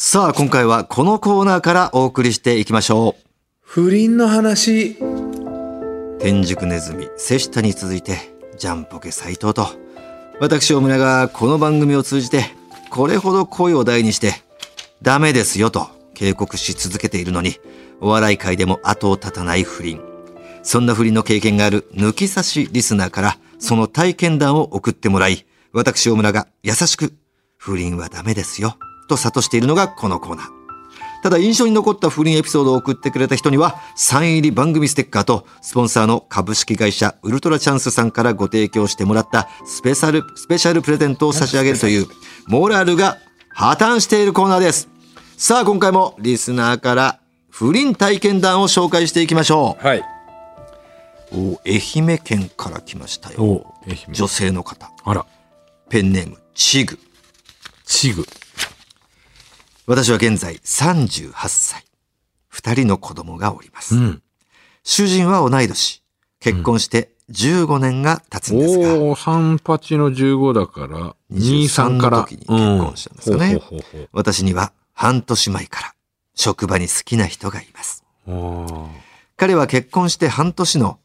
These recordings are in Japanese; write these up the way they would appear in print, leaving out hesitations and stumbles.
さあ今回はこのコーナーからお送りしていきましょう。 不倫の話。 天竺ネズミ瀬下に続いてジャンポケ斉藤と私大村がこの番組を通じてこれほど声を大にしてダメですよと警告し続けているのに、お笑い界でも後を絶たない不倫。そんな不倫の経験がある抜き差しリスナーからその体験談を送ってもらい、私大村が優しく不倫はダメですよと諭しているのがこのコーナー。ただ印象に残った不倫エピソードを送ってくれた人にはサイン入り番組ステッカーとスポンサーの株式会社ウルトラチャンスさんからご提供してもらったスペシャルプレゼントを差し上げるというモラルが破綻しているコーナーです。さあ今回もリスナーから不倫体験談を紹介していきましょう。 はい。 愛媛県から来ましたよ。 愛媛。 女性の方。 あら。 ペンネームチグ。 チグ。 私は現在38歳。2人の子供がおります。主人は同い年。結婚して15年が経つんですが。 38の15だから、23から。 の時に結婚したんですよね。私には半年前から職場に好きな人がいます。彼は結婚して半年の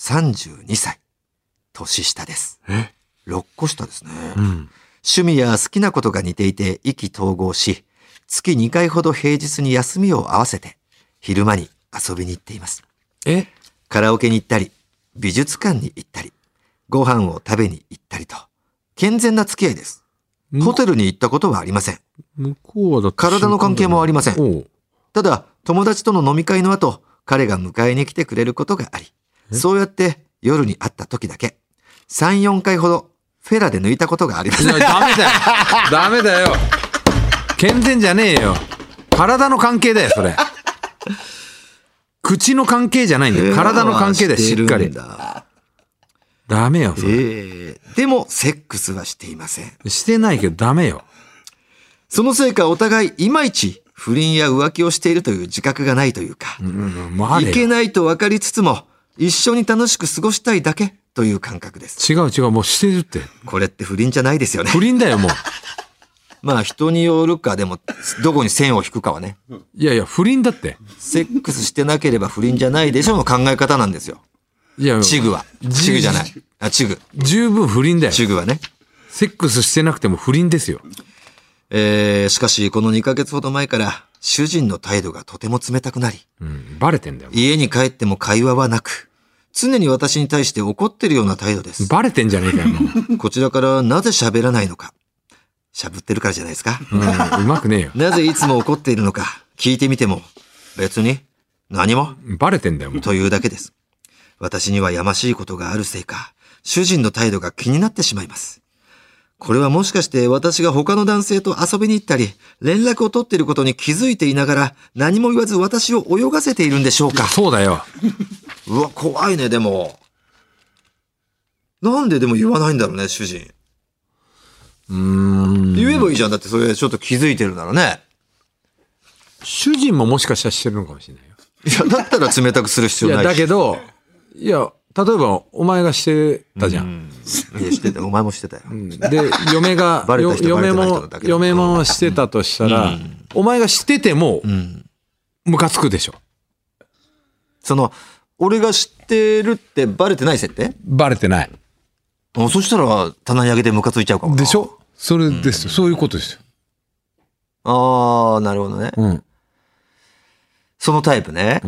32歳。年下です。6個下ですね。趣味や好きなことが似ていて意気投合し、月2回ほど平日に休みを合わせて昼間に遊びに行っています。カラオケに行ったり、美術館に行ったり、ご飯を食べに行ったりと、健全な付き合いです。ホテルに行ったことはありません。 向こうはだって体の関係もありません。ただ、友達との飲み会の後、彼が迎えに来てくれることがあり、そうやって夜に会った時だけ、3、4回ほどフェラで抜いたことがあります。 ダメだよ。ダメだよ。健全じゃねえよ。体の関係だよ、それ。口の関係じゃないんだよ。体の関係だよ、しっかり。ダメよ、それ。 でも、セックスはしていません。 してないけどダメよ。 そのせいかお互いいまいち不倫や浮気をしているという自覚がないというか、いけないと分かりつつも一緒に楽しく過ごしたいだけという感覚です。 違う、もうしてるって。 これって不倫じゃないですよね。 不倫だよ、もう。 まあ人によるか、でもどこに線を引くかはね。 いや不倫だって。 セックスしてなければ不倫じゃないでしょの考え方なんですよ。 いやチグは。チグじゃない。チグ。 十分不倫だよ。 チグはね。 セックスしてなくても不倫ですよ。 しかしこの2ヶ月ほど前から主人の態度がとても冷たくなり、 バレてんだよ。 家に帰っても会話はなく、常に私に対して怒ってるような態度です。 バレてんじゃねえかよ、もう。 こちらからなぜ喋らないのか。喋ってるからじゃないですか。 うまくねえよ。 なぜいつも怒っているのか聞いてみても、別に何も。 バレてんだよ、もう。 というだけです。私にはやましいことがあるせいか、主人の態度が気になってしまいます。これはもしかして私が他の男性と遊びに行ったり、連絡を取っていることに気づいていながら、何も言わず私を泳がせているんでしょうか。 そうだよ。 うわ、怖いね、でも。なんででも言わないんだろうね、主人。言えばいいじゃん。だってそれちょっと気づいてるならね。 主人ももしかしたらしてるのかもしれないよ。 いや、だったら冷たくする必要ないし。 いや、だけど、いや、例えばお前がしてたじゃん。 いや、してた。お前もしてたよ。 で、嫁もしてたとしたら、お前がしてても、ムカつくでしょ。 俺が知ってるってバレてない設定？ バレてない。 そしたら棚に上げてムカついちゃうかもな。 でしょ？それですよ。そういうことですよ。 ああ、なるほどね。そのタイプね。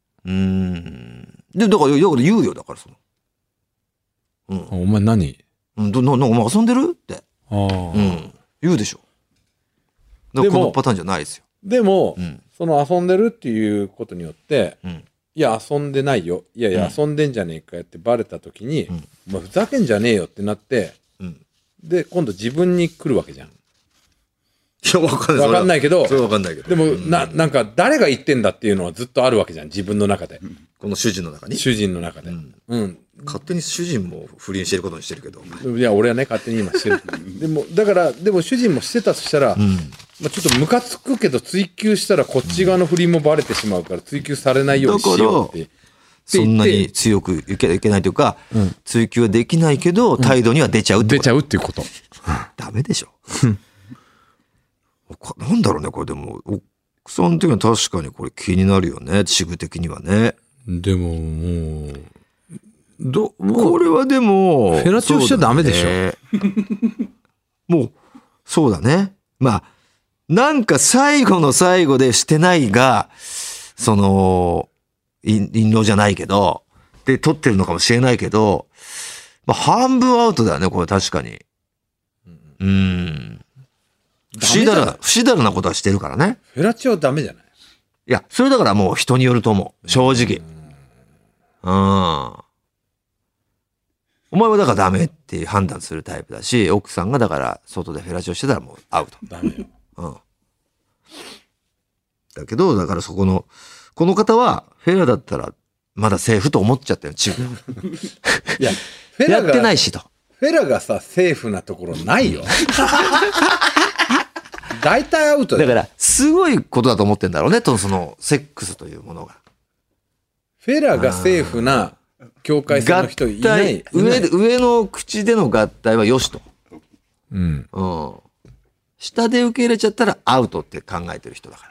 で、だから言うよ、だからお前何？ お前遊んでるって。言うでしょ。だからこのパターンじゃないですよ。 でも、その遊んでるっていうことによって、いや、遊んでないよ。いやいや、遊んでんじゃねえかよってバレた時に、お前ふざけんじゃねえよってなって、で、今度自分に来るわけじゃん。 いや、わかんないけど。それはわかんないけど。 でも、なんか、誰が言ってんだっていうのはずっとあるわけじゃん。自分の中で。 この主人の中に？ 主人の中で。 勝手に主人も不倫してることにしてるけど。 いや、俺はね、勝手に今してる。でも、だから、でも主人もしてたとしたら、ちょっとムカつくけど追求したらこっち側の不倫もバレてしまうから追求されないようにしようって。 そんなに強くいけないというか、追求はできないけど、態度には出ちゃうってこと。 出ちゃうっていうこと。 ダメでしょ。 なんだろうね、これでも、奥さん的には確かにこれ気になるよね、チグ的にはね。 でももう、 これはでも、 フェラチオしちゃダメでしょ。 もう、そうだね。まあ、なんか最後の最後でしてないが、その、陰謀じゃないけど、で、取ってるのかもしれないけど、まあ、半分アウトだよね、これ確かに。不思議だらなことはしてるからね。 フェラチオはダメじゃない？ いや、それだからもう人によると思う。正直。お前はだからダメっていう判断するタイプだし、奥さんがだから外でフェラチオしてたらもうアウト。 ダメよ。 だけど、だからこの方はフェラだったらまだセーフと思っちゃったよ、チグ。 いや、フェラがやってないしと。 フェラがさ、セーフなところないよ。大体アウトだから、すごいことだと思ってんだろうね、その、セックスというものが。 フェラがセーフな境界線の人いない。 上の口での合体はよしと。下で受け入れちゃったらアウトって考えてる人だから。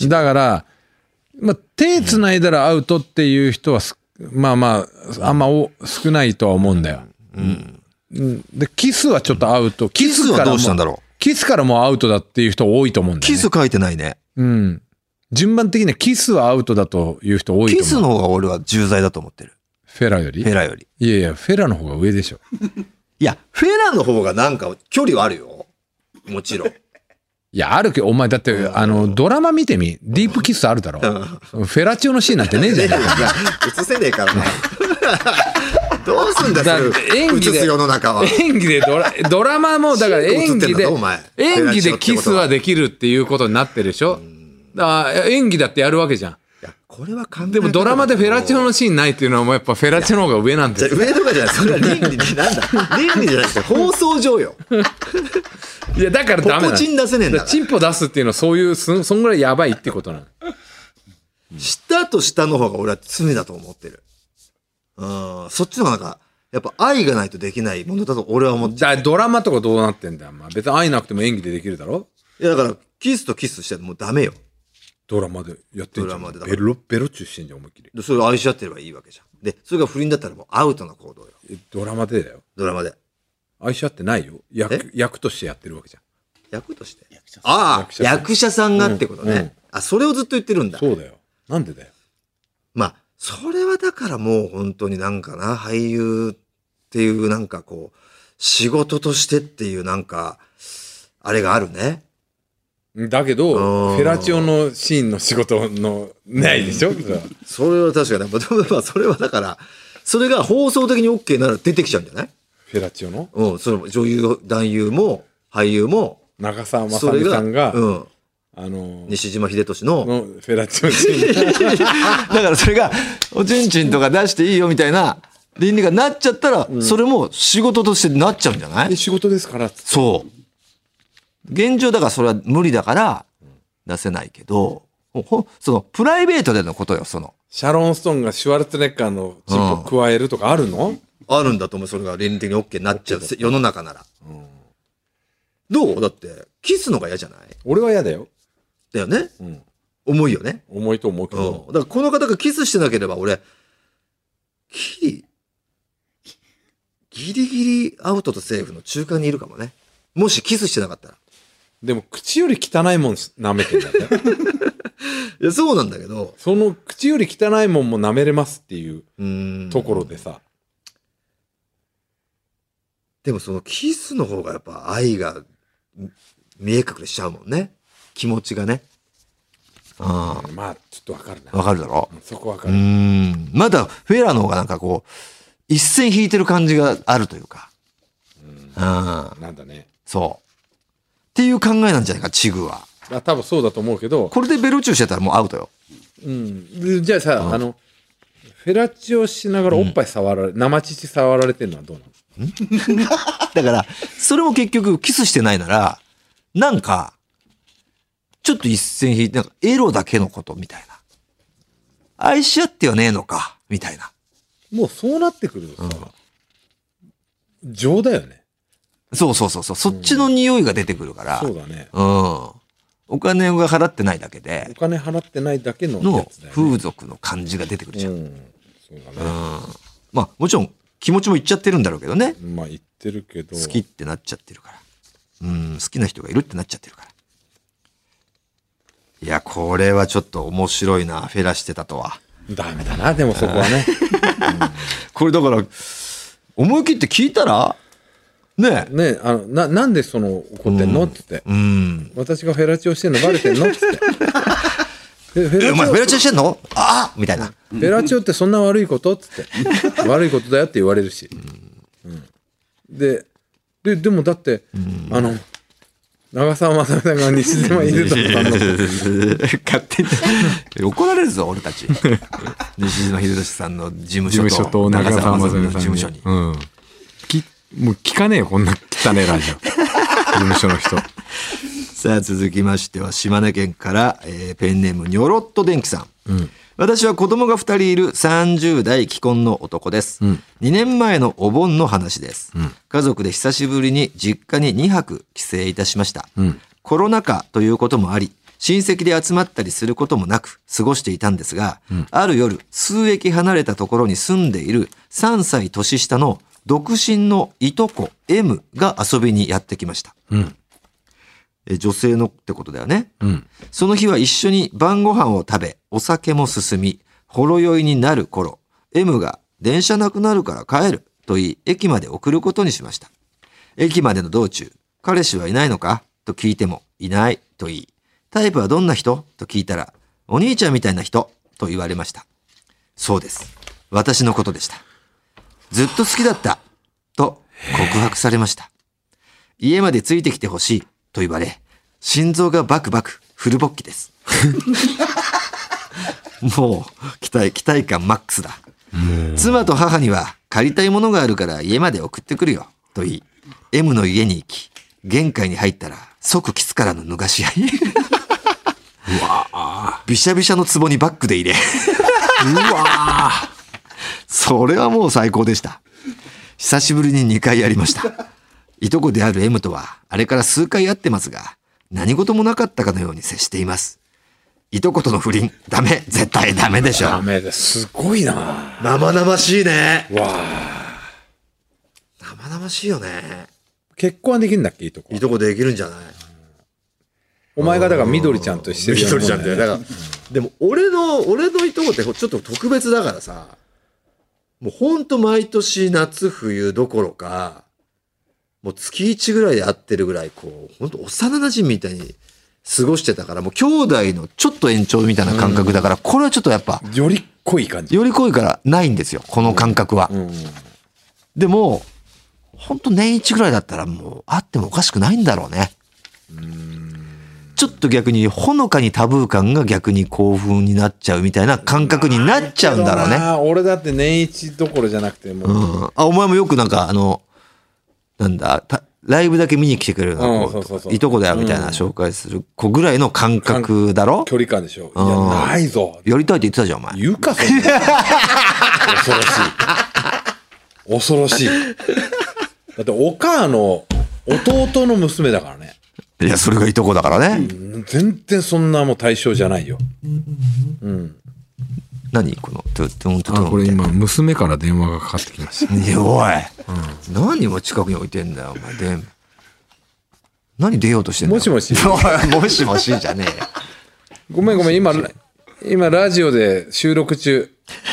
だから、まあ、手繋いだらアウトっていう人はまあまあ、あんま少ないとは思うんだよ。で、キスはちょっとアウト。 キスはどうしたんだろう。 キスからもうアウトだっていう人多いと思うんだよね。 キス書いてないね。 順番的にはキスはアウトだという人多いと思う。 キスの方が俺は重罪だと思ってる。 フェラより？ フェラより。 いやいや、フェラの方が上でしょ。 いや、フェラの方がなんか距離はあるよ。もちろん。 いや、あるけど、お前だって、ドラマ見てみ。ディープキスあるだろ。フェラチオのシーンなんてねえじゃん。 映せねえからな。どうすんだよ、 演技で。 世の中は。 演技でドラマも、だから演技でキスはできるっていうことになってるでしょ。だから演技だってやるわけじゃん。 これは完でもドラマでフェラチオのシーンないっていうのはもうやっぱフェラチオの方が上なんですよ。 上とかじゃない。それは倫理で、なんだ。倫理じゃなくて放送上よ。 いや、だからダメなの。 ポコチン出せねえんだから。 チンポ出すっていうのはそういう、そんぐらいやばいってことなの。 下と下の方が俺は罪だと思ってる。そっちの方がなんか、やっぱ愛がないとできないものだと俺は思ってる。 ドラマとかどうなってんだよ。まあ、別に愛なくても演技でできるだろ。 いや、だから、キスとキスしてもうダメよ。 ドラマでやってんじゃん。 ドラマでベロチューしてんじゃん、思いっきり。 それ愛し合ってればいいわけじゃん。で、それが不倫だったらもうアウトな行動よ。 ドラマでだよ。 ドラマで。 愛し合ってないよ。役としてやってるわけじゃん。 役として。ああ、役者さんがってことね。それをずっと言ってるんだ。 そうだよ。なんでだよ。 まあ、それはだからもう本当になんかな、俳優っていうなんかこう、仕事としてっていうなんか、あれがあるね。 だけど、フェラチオのシーンの仕事のないでしょ。 それは確かに。まあ、それはだから、それが放送的に OK なら出てきちゃうんじゃない？ フェラチオの？ その女優、男優も俳優も、 長澤まさみさんが、 西島秀俊のフェラチオシーン。 だからそれが、おちんちんとか出していいよみたいな倫理がなっちゃったら、それも仕事としてなっちゃうんじゃない？ 仕事ですからそう。現状だからそれは無理だから出せないけど、そのプライベートでのことよ、その。 シャロン・ストーンがシュワルツェネッカーのチンポ加えるとかあるの？ あるんだと思う。それが倫理的に OK になっちゃう世の中なら。どう？だってキスのが嫌じゃない？ 俺は嫌だよ。 だよね。重いよね。 重いと思うけど。 だからこの方がキスしてなければ俺、ギリギリアウトとセーフの中間にいるかもね。もしキスしてなかったら。 でも口より汚いもん舐めてんだね。 いや、そうなんだけど。 その口より汚いもんも舐めれますっていうところでさ。 でもそのキスの方がやっぱ愛が見え隠れしちゃうもんね。気持ちがね。 まあ、ちょっとわかるな。 わかるだろ？ そこわかる。 まだフェラの方がなんかこう、一線引いてる感じがあるというか。 なんだね。 そう。っていう考えなんじゃないか、チグは。 多分そうだと思うけど。 これでベロチューしてたらもうアウトよ。 じゃあさ、フェラチオしながらおっぱい触られ、生乳触られてるのはどうなの？ だから、それも結局キスしてないなら、なんか、ちょっと一線引いて、なんかエロだけのことみたいな。愛し合ってはねえのか、みたいな。 もうそうなってくるとさ、情だよね。 そう。そっちの匂いが出てくるから。 そうだね。 お金が払ってないだけでお金払ってないだけのやのつだよね。 風俗の感じが出てくるじゃん。 そうだね。 まあもちろん気持ちもいっちゃってるんだろうけどね。 まあ言ってるけど。 好きってなっちゃってるから。好きな人がいるってなっちゃってるから。いや、これはちょっと面白いな。フェラしてたとは。 ダメだな、でもそこはね。 これだから、思い切って聞いたらねね、なんでその怒ってんのっつって。私がフェラチオしてんのバレてんのっつって。 お前フェラチオしてんのああみたいな。 フェラチオってそんな悪いことっつって。悪いことだよって言われるし。でもだって、長澤まさみさんが西島秀俊さんの勝手に怒られるぞ俺たち。西島秀俊さんの事務所と長澤まさみの事務所に。 もう聞かねえよこんな汚ねえラジオ。事務所の人。 さあ続きましては島根県から、ペンネームニョロット電気さん。私は子供が2人いる30代既婚の男です。2年前のお盆の話です。家族で久しぶりに実家に2泊帰省いたしました。コロナ禍ということもあり、親戚で集まったりすることもなく過ごしていたんですが、ある夜、数駅離れたところに住んでいる3歳年下の独身のいとこ M が遊びにやってきました。女性のってことだよね。その日は一緒に晩ご飯を食べ、お酒も進み、ほろ酔いになる頃、M が電車なくなるから帰ると言い、駅まで送ることにしました。駅までの道中、彼氏はいないのかと聞いても、いないと言い、タイプはどんな人と聞いたら、お兄ちゃんみたいな人と言われました。そうです。私のことでした。ずっと好きだったと告白されました。家までついてきてほしいと言われ、心臓がバクバクフル勃起です。もう期待感マックスだ。妻と母には借りたいものがあるから家まで送ってくるよと言い、M の家に行き、玄関に入ったら即キスからの脱がし合い。びしゃびしゃの壺にバッグで入れ。それはもう最高でした。久しぶりに2回やりました。いとこである M とはあれから数回会ってますが、何事もなかったかのように接しています。いとことの不倫、ダメ、絶対ダメでしょ。 ダメです。すごいな。 生々しいね。 わあ。 生々しいよね。 結婚はできるんだっけ、いとこ。 いとこできるんじゃない？ お前がだから緑ちゃんとしてるようなもんだよね。 緑ちゃんって。だから、でも俺のいとこってちょっと特別だからさ、もうほんと毎年夏冬どころか、もう月1ぐらいで会ってるぐらい、こう、ほんと幼馴染みたいに過ごしてたから、もう兄弟のちょっと延長みたいな感覚だから、これはちょっとやっぱ、 より濃い感じ。 より濃いからないんですよ、この感覚は。でも、ほんと年1ぐらいだったらもう会ってもおかしくないんだろうね。ちょっと逆にほのかにタブー感が逆に興奮になっちゃうみたいな感覚になっちゃうんだろうね。 俺だって年一どころじゃなくてもう、 お前もよくなんかなんだライブだけ見に来てくれるいとこだよみたいな紹介する子ぐらいの感覚だろ。 距離感でしょ。いやないぞ。 やりたいって言ってたじゃんお前。 言うかそんな。恐ろしい。恐ろしい。だってお母の弟の娘だからね。 いやそれがいとこだからね。 全然そんなもう対象じゃないよ。 何このトゥトゥントゥトゥン。 これ今娘から電話がかかってきました。 いやおい、何も近くに置いてんだよお前。何出ようとしてんだよ。 もしもし。 もしもしじゃねえよ。 ごめん今ラジオで収録中。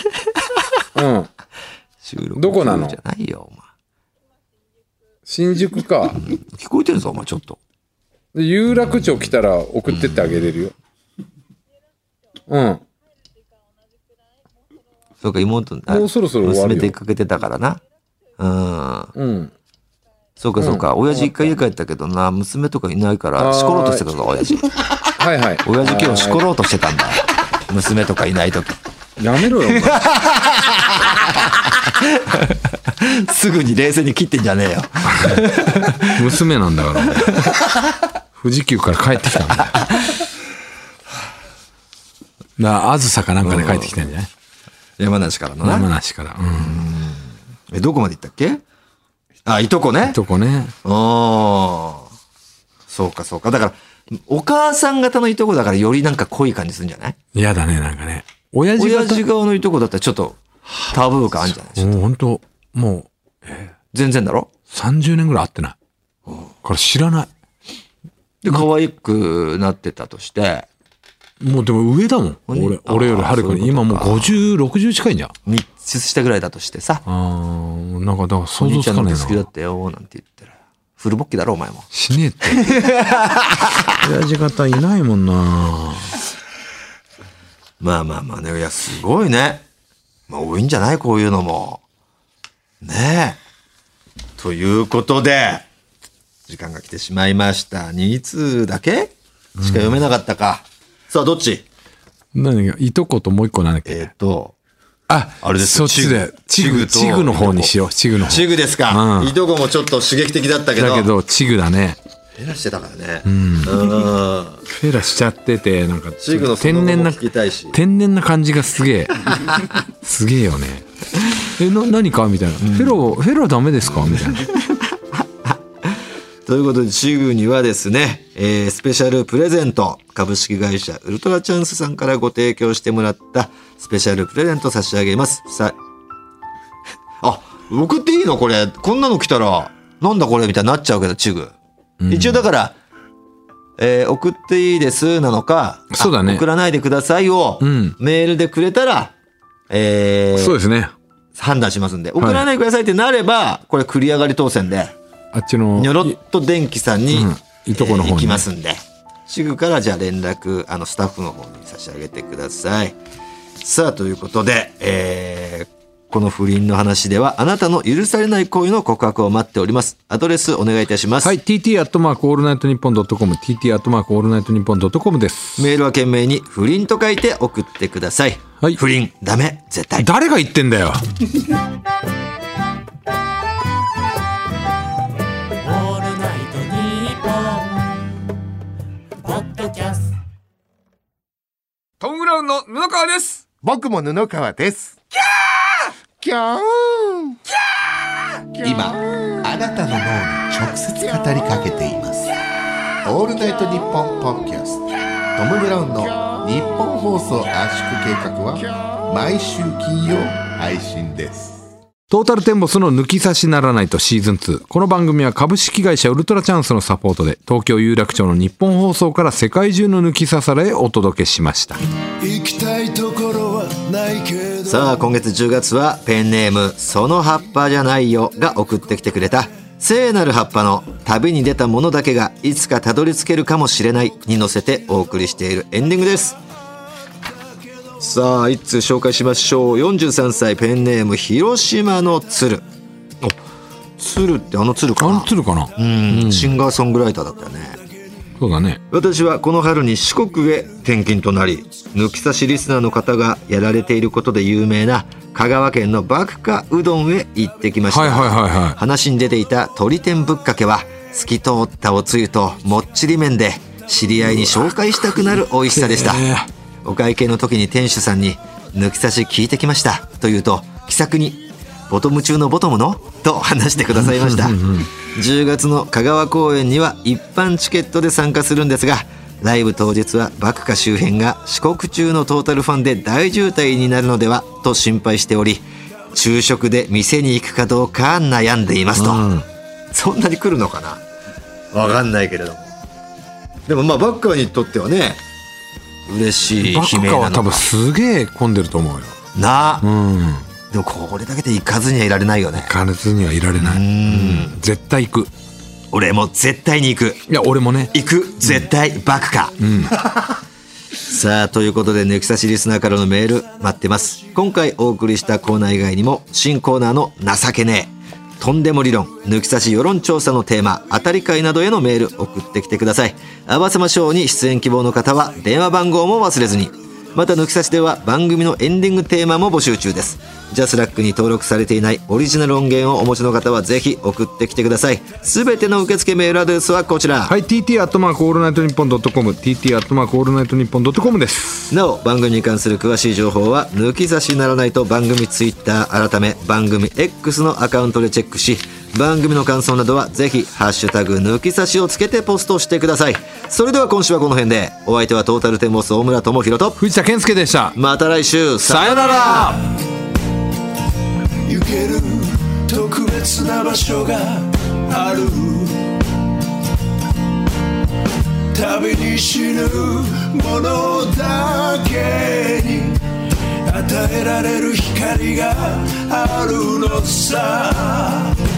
収録中どこなの？ じゃないよお前。 新宿か。 聞こえてるぞお前ちょっと。 で有楽町来たら送ってってあげれるよ。 そうか妹もうそろそろ終わるよ。 娘出かけてたからな。そうかそうか。親父一回家帰ったけどな、娘とかいないからしころうとしてたぞ親父。 はいはい。 親父今日しころうとしてたんだ。娘とかいない時。 やめろよお前。 すぐに冷静に切ってんじゃねえよ。 娘なんだから。富士急から帰ってきたんだ。あずさかなんかで帰ってきたんじゃない？ 山梨からのな。 山梨から。 どこまで行ったっけ？あ、いとこね。 いとこね。 そうかそうか。だからお母さん方のいとこだからよりなんか濃い感じするんじゃない？ 嫌だね、なんかね。親父親父側のいとこだったらちょっとタブー感あるんじゃない？ もう本当もう、 全然だろ 30年ぐらい会ってない。から知らない。 で、可愛くなってたとして。 もうでも上だもん。俺よりはるかに。今もう50、60近いんじゃん。 3つ下ぐらいだとしてさ。 なんかだから想像つかないな。 お兄ちゃんのこと好きだったよ、なんて言ったら。フルボッキだろ、お前も。 しねえって。親父方いないもんな。 まあね。いや、すごいね。まあ多いんじゃない？こういうのも。ねえ。ということで、時間が来てしまいました。2通だけしか読めなかったか。さあ、どっち？ 何が、いとこともう一個なんだっけ？ あれですそっちで。チグの方にしよう。チグの方。 チグですか。いとこもちょっと刺激的だったけど。 だけど、チグだね。 フェラしてたからね。 フェラしちゃってて、なんか、 チグの天然な感じがすげえ。すげえよね。何かみたいな。フェラダメですかみたいな。 ということで、チグにはですね、スペシャルプレゼント、株式会社ウルトラチャンスさんからご提供してもらったスペシャルプレゼント差し上げます。さあ、送っていいのこれ。こんなの来たら、なんだこれみたいになっちゃうけど、チグ。一応だから、送っていいですなのか、 そうだね。 送らないでくださいを、メールでくれたら、 そうですね。 判断しますんで。送らないでくださいってなれば、これ繰り上がり当選で、 あっちのニョロッと電気さんに、 いとこの方に、 行きますんで、すぐからじゃあ連絡スタッフの方に差し上げてください。さあということで、この不倫の話ではあなたの許されない行為の告白を待っております。アドレスお願いいたします。 はい、tt@allnightnippon.com tt@allnightnippon.com です。 メールは懸命に不倫と書いて送ってください。はい、不倫ダメ絶対。 誰が言ってんだよ。 トム・ブラウンの布川です。 僕も布川です。キャーキャー。今あなたの脳に直接語りかけています。オールナイトニッポンポッドキャスト、トム・ブラウンの日本放送圧縮計画は毎週金曜配信です。 トータルテンボスの抜き差しならないとシーズン2。この番組は株式会社ウルトラチャンスのサポートで東京有楽町の日本放送から世界中の抜き差されへお届けしました。 行きたいところはないけど。さあ今月10月はペンネームその葉っぱじゃないよが送ってきてくれた聖なる葉っぱの旅に出たものだけがいつかたどり着けるかもしれないに乗せてお送りしているエンディングです。さあ一通紹介しましょう。43歳ペンネーム広島の鶴。鶴って鶴かな。 鶴かな。 シンガーソングライターだったよね。 そうだね。 私はこの春に四国へ転勤となり、抜き差しリスナーの方がやられていることで有名な香川県の爆花うどんへ行ってきました。話に出ていた鶏天ぶっかけは透き通ったおつゆともっちり麺で知り合いに紹介したくなる美味しさでした。お会計の時に店主さんに抜き差し聞いてきましたと言うと気さくにボトム中のボトムのと話してくださいました10月の香川公演には一般チケットで参加するんですが、ライブ当日は爆花周辺が四国中のトータルファンで大渋滞になるのではと心配しており、昼食で店に行くかどうか悩んでいますと、そんなに来るのかなわかんないけれども、でもまあ爆花にとってはね嬉しい悲鳴なのか。 爆花は多分すげえ混んでると思うよな。でもこれだけで行かずにはいられないよね。 行かずにはいられない。絶対行く。 俺も絶対に行く。 いや俺もね行く絶対爆花。さあということで抜き差しリスナーからのメール待ってます。今回お送りしたコーナー以外にも新コーナーの情けねえ、とんでも理論、抜き差し世論調査のテーマ、当たり会などへのメール送ってきてください。あばさまショーに出演希望の方は電話番号も忘れずに。また抜き差しでは番組のエンディングテーマも募集中です。ジャスラックに登録されていないオリジナル音源をお持ちの方はぜひ送ってきてください。すべての受付メールアドレスはこちら。 はい、tt@allnightnippon.com tt@allnightnippon.com です。 なお番組に関する詳しい情報は抜き差しならないと番組ツイッター改め番組 X のアカウントでチェックし、 番組の感想などはぜひハッシュタグ抜き差しをつけてポストしてください。それでは今週はこの辺で。お相手はトータルテンボス大村智広と藤田健介でした。 また来週、 さよなら。 行ける特別な場所がある、旅に死ぬ者だけに与えられる光があるのさ。